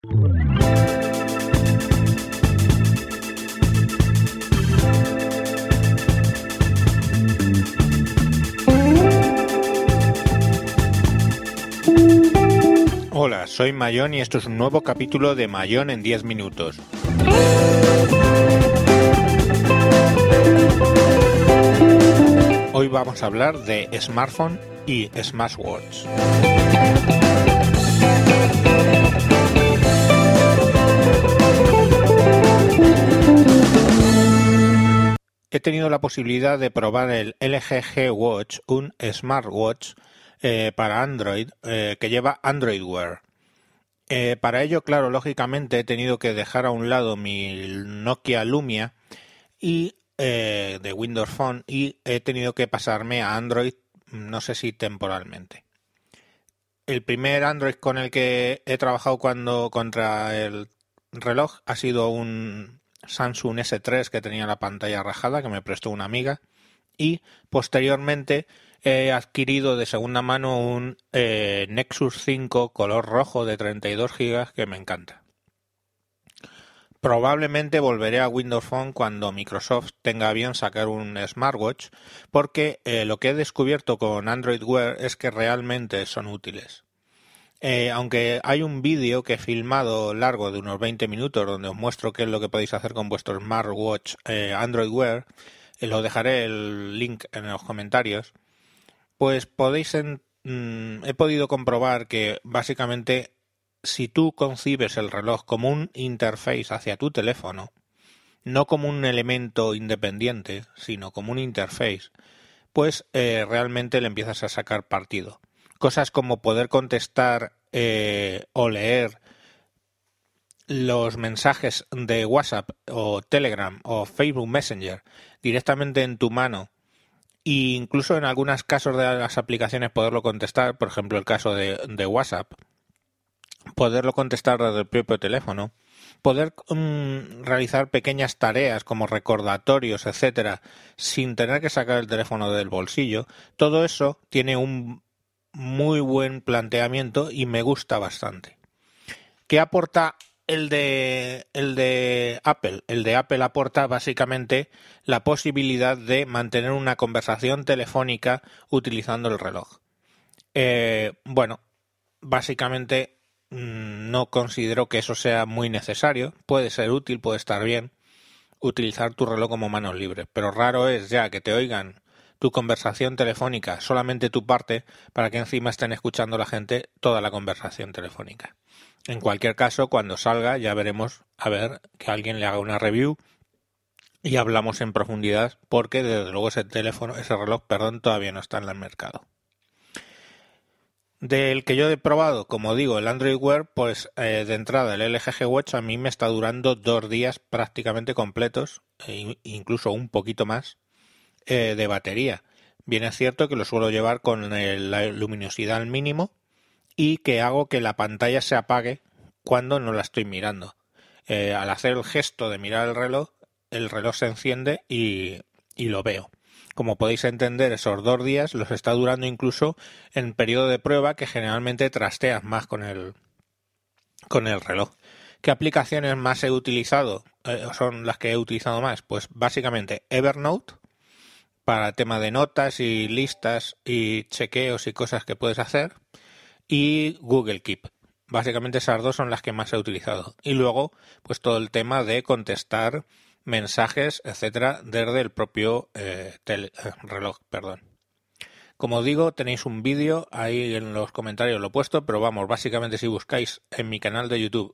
Hola, soy Mayón y esto es un nuevo capítulo de Mayón en 10 minutos. Hoy vamos a hablar de smartphone y smartwatch. He tenido la posibilidad de probar el LG G Watch, un smartwatch para Android que lleva Android Wear. Para ello, claro, lógicamente he tenido que dejar a un lado mi Nokia Lumia y de Windows Phone y he tenido que pasarme a Android, no sé si temporalmente. El primer Android con el que he trabajado contra el reloj ha sido un Samsung S3 que tenía la pantalla rajada, que me prestó una amiga, y posteriormente he adquirido de segunda mano un Nexus 5 color rojo de 32 GB que me encanta. Probablemente volveré a Windows Phone cuando Microsoft tenga a bien sacar un smartwatch, porque lo que he descubierto con Android Wear es que realmente son útiles. Aunque hay un vídeo que he filmado largo de unos 20 minutos donde os muestro qué es lo que podéis hacer con vuestro smartwatch Android Wear, lo dejaré el link en los comentarios, pues he podido comprobar que básicamente si tú concibes el reloj como un interface hacia tu teléfono, no como un elemento independiente, sino como un interface, pues realmente le empiezas a sacar partido. Cosas como poder contestar o leer los mensajes de WhatsApp o Telegram o Facebook Messenger directamente en tu mano, e incluso en algunos casos de las aplicaciones poderlo contestar, por ejemplo el caso de WhatsApp, poderlo contestar desde el propio teléfono, poder realizar pequeñas tareas como recordatorios, etcétera, sin tener que sacar el teléfono del bolsillo. Todo eso tiene un muy buen planteamiento y me gusta bastante. ¿Qué aporta el de Apple? El de Apple aporta básicamente la posibilidad de mantener una conversación telefónica utilizando el reloj. Bueno, básicamente no considero que eso sea muy necesario. Puede ser útil, puede estar bien utilizar tu reloj como manos libres, pero raro es ya que te oigan tu conversación telefónica, solamente tu parte, para que encima estén escuchando la gente toda la conversación telefónica. En cualquier caso, cuando salga ya veremos a ver que alguien le haga una review y hablamos en profundidad, porque desde luego ese reloj, todavía no está en el mercado. Del que yo he probado, como digo, el Android Wear, pues de entrada el LG G Watch a mí me está durando 2 días prácticamente completos, incluso un poquito más, de batería. Bien es cierto que lo suelo llevar con la luminosidad al mínimo y que hago que la pantalla se apague cuando no la estoy mirando. Al hacer el gesto de mirar el reloj se enciende y lo veo. Como podéis entender, esos 2 días los está durando incluso en periodo de prueba, que generalmente trasteas más con el reloj. ¿Qué aplicaciones más he utilizado? Son las que he utilizado más. Pues básicamente Evernote, para tema de notas y listas y chequeos y cosas que puedes hacer, y Google Keep. Básicamente esas dos son las que más he utilizado. Y luego, pues todo el tema de contestar mensajes, etcétera, desde el propio reloj, Como digo, tenéis un vídeo ahí en los comentarios, lo he puesto, pero vamos, básicamente si buscáis en mi canal de YouTube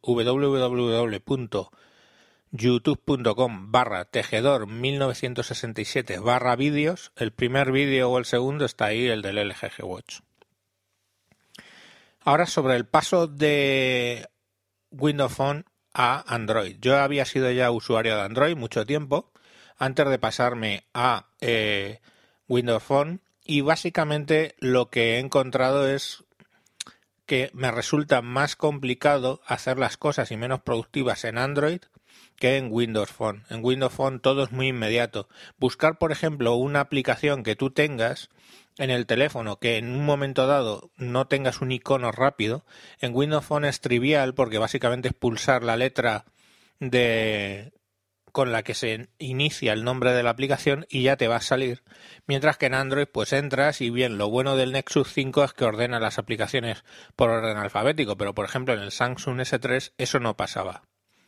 www.youtube.com/tejedor1967/vídeos, el primer vídeo o el segundo está ahí, el del LG G Watch. Ahora sobre el paso de Windows Phone a Android. Yo había sido ya usuario de Android mucho tiempo antes de pasarme a Windows Phone, y básicamente lo que he encontrado es que me resulta más complicado hacer las cosas y menos productivas en Android que en Windows Phone. En Windows Phone todo es muy inmediato. Buscar, por ejemplo, una aplicación que tú tengas en el teléfono que en un momento dado no tengas un icono rápido, en Windows Phone es trivial porque básicamente es pulsar la letra con la que se inicia el nombre de la aplicación y ya te va a salir, mientras que en Android pues entras y bien, lo bueno del Nexus 5 es que ordena las aplicaciones por orden alfabético, pero por ejemplo en el Samsung S3 eso no pasaba.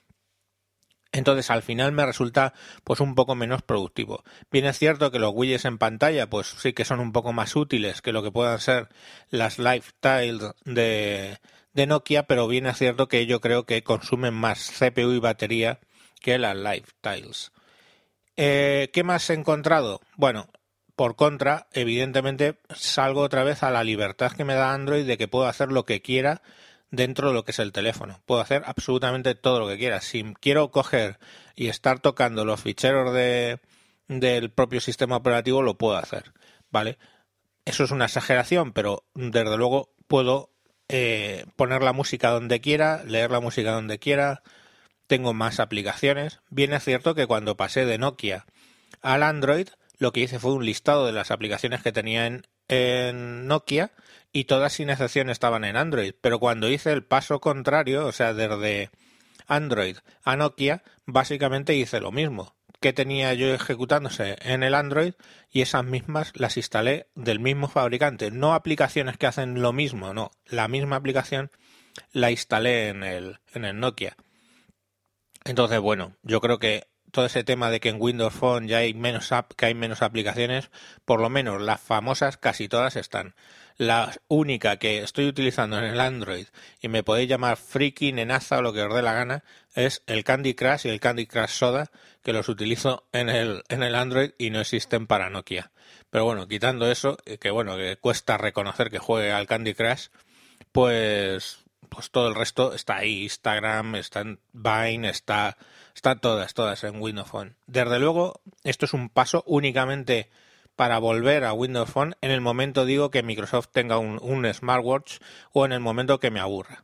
Entonces al final me resulta pues un poco menos productivo. Bien es cierto que los widgets en pantalla pues sí que son un poco más útiles que lo que puedan ser las Lifetiles de Nokia, pero bien es cierto que yo creo que consumen más CPU y batería que las Lifetiles. ¿Qué más he encontrado? Bueno, por contra, evidentemente salgo otra vez a la libertad que me da Android de que puedo hacer lo que quiera dentro de lo que es el teléfono. Puedo hacer absolutamente todo lo que quiera. Si quiero coger y estar tocando los ficheros del propio sistema operativo, lo puedo hacer, ¿vale? Eso es una exageración, pero desde luego puedo poner la música donde quiera, leer la música donde quiera. Tengo más aplicaciones. Bien es cierto que cuando pasé de Nokia al Android, lo que hice fue un listado de las aplicaciones que tenía en Nokia y todas sin excepción estaban en Android. Pero cuando hice el paso contrario, o sea, desde Android a Nokia, básicamente hice lo mismo que tenía yo ejecutándose en el Android y esas mismas las instalé del mismo fabricante. No aplicaciones que hacen lo mismo, no. La misma aplicación la instalé en el Nokia. Entonces, bueno, yo creo que todo ese tema de que en Windows Phone ya hay menos aplicaciones, por lo menos las famosas casi todas están. La única que estoy utilizando en el Android y me podéis llamar friki, nenaza o lo que os dé la gana es el Candy Crush y el Candy Crush Soda, que los utilizo en el Android y no existen para Nokia. Pero bueno, quitando eso, que cuesta reconocer que juegue al Candy Crush, pues todo el resto está ahí. Instagram, está en Vine, está todas en Windows Phone. Desde luego, esto es un paso únicamente para volver a Windows Phone en el momento, digo, que Microsoft tenga un smartwatch o en el momento que me aburra.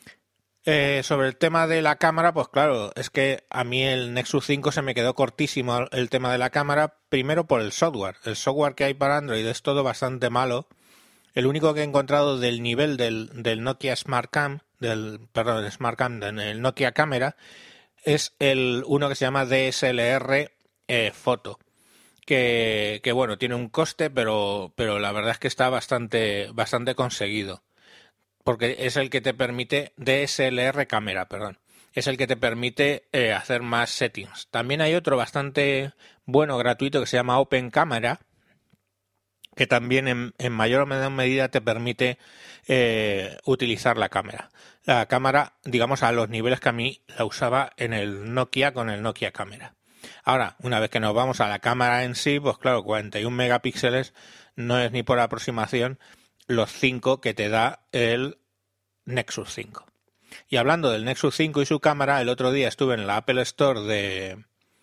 Sobre el tema de la cámara, pues claro, es que a mí el Nexus 5 se me quedó cortísimo el tema de la cámara, primero por el software. El software que hay para Android es todo bastante malo. El único que he encontrado del nivel del Nokia SmartCam, del Nokia Camera, es uno que se llama DSLR Photo, que bueno, tiene un coste, pero la verdad es que está bastante conseguido, porque es el que te permite, DSLR Camera, perdón, es el que te permite hacer más settings. También hay otro bastante bueno, gratuito, que se llama Open Camera, que también en mayor o menor medida te permite utilizar la cámara. La cámara, digamos, a los niveles que a mí la usaba en el Nokia con el Nokia Camera. Ahora, una vez que nos vamos a la cámara en sí, pues claro, 41 megapíxeles no es ni por aproximación los 5 que te da el Nexus 5. Y hablando del Nexus 5 y su cámara, el otro día estuve en la Apple Store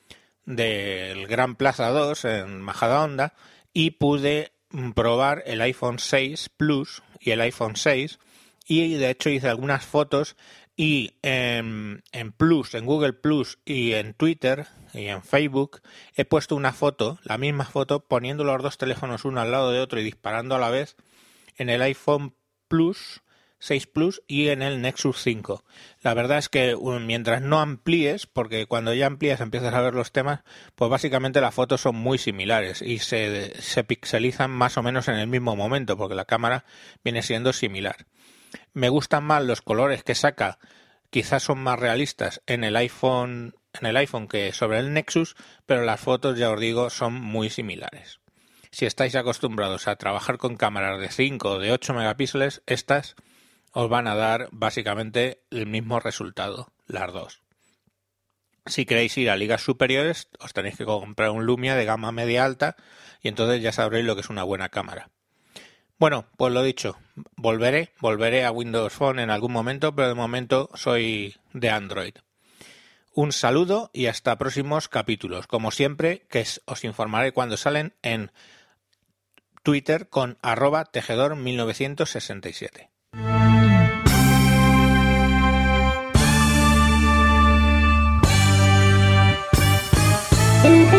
del Gran Plaza 2 en Majadahonda y pude probar el iPhone 6 Plus y el iPhone 6 y de hecho hice algunas fotos y en Plus, en Google Plus y en Twitter y en Facebook he puesto una foto, la misma foto, poniendo los dos teléfonos uno al lado de otro y disparando a la vez en el iPhone Plus 6 Plus y en el Nexus 5. La verdad es que mientras no amplíes, porque cuando ya amplías empiezas a ver los temas, pues básicamente las fotos son muy similares y se pixelizan más o menos en el mismo momento, porque la cámara viene siendo similar. Me gustan más los colores que saca, quizás son más realistas en el iPhone que sobre el Nexus, pero las fotos, ya os digo, son muy similares. Si estáis acostumbrados a trabajar con cámaras de 5 o de 8 megapíxeles, estas os van a dar básicamente el mismo resultado, las dos. Si queréis ir a ligas superiores, os tenéis que comprar un Lumia de gama media alta y entonces ya sabréis lo que es una buena cámara. Bueno, pues lo dicho, volveré a Windows Phone en algún momento, pero de momento soy de Android. Un saludo y hasta próximos capítulos. Como siempre, os informaré cuando salen en Twitter con @tejedor1967. Adiós.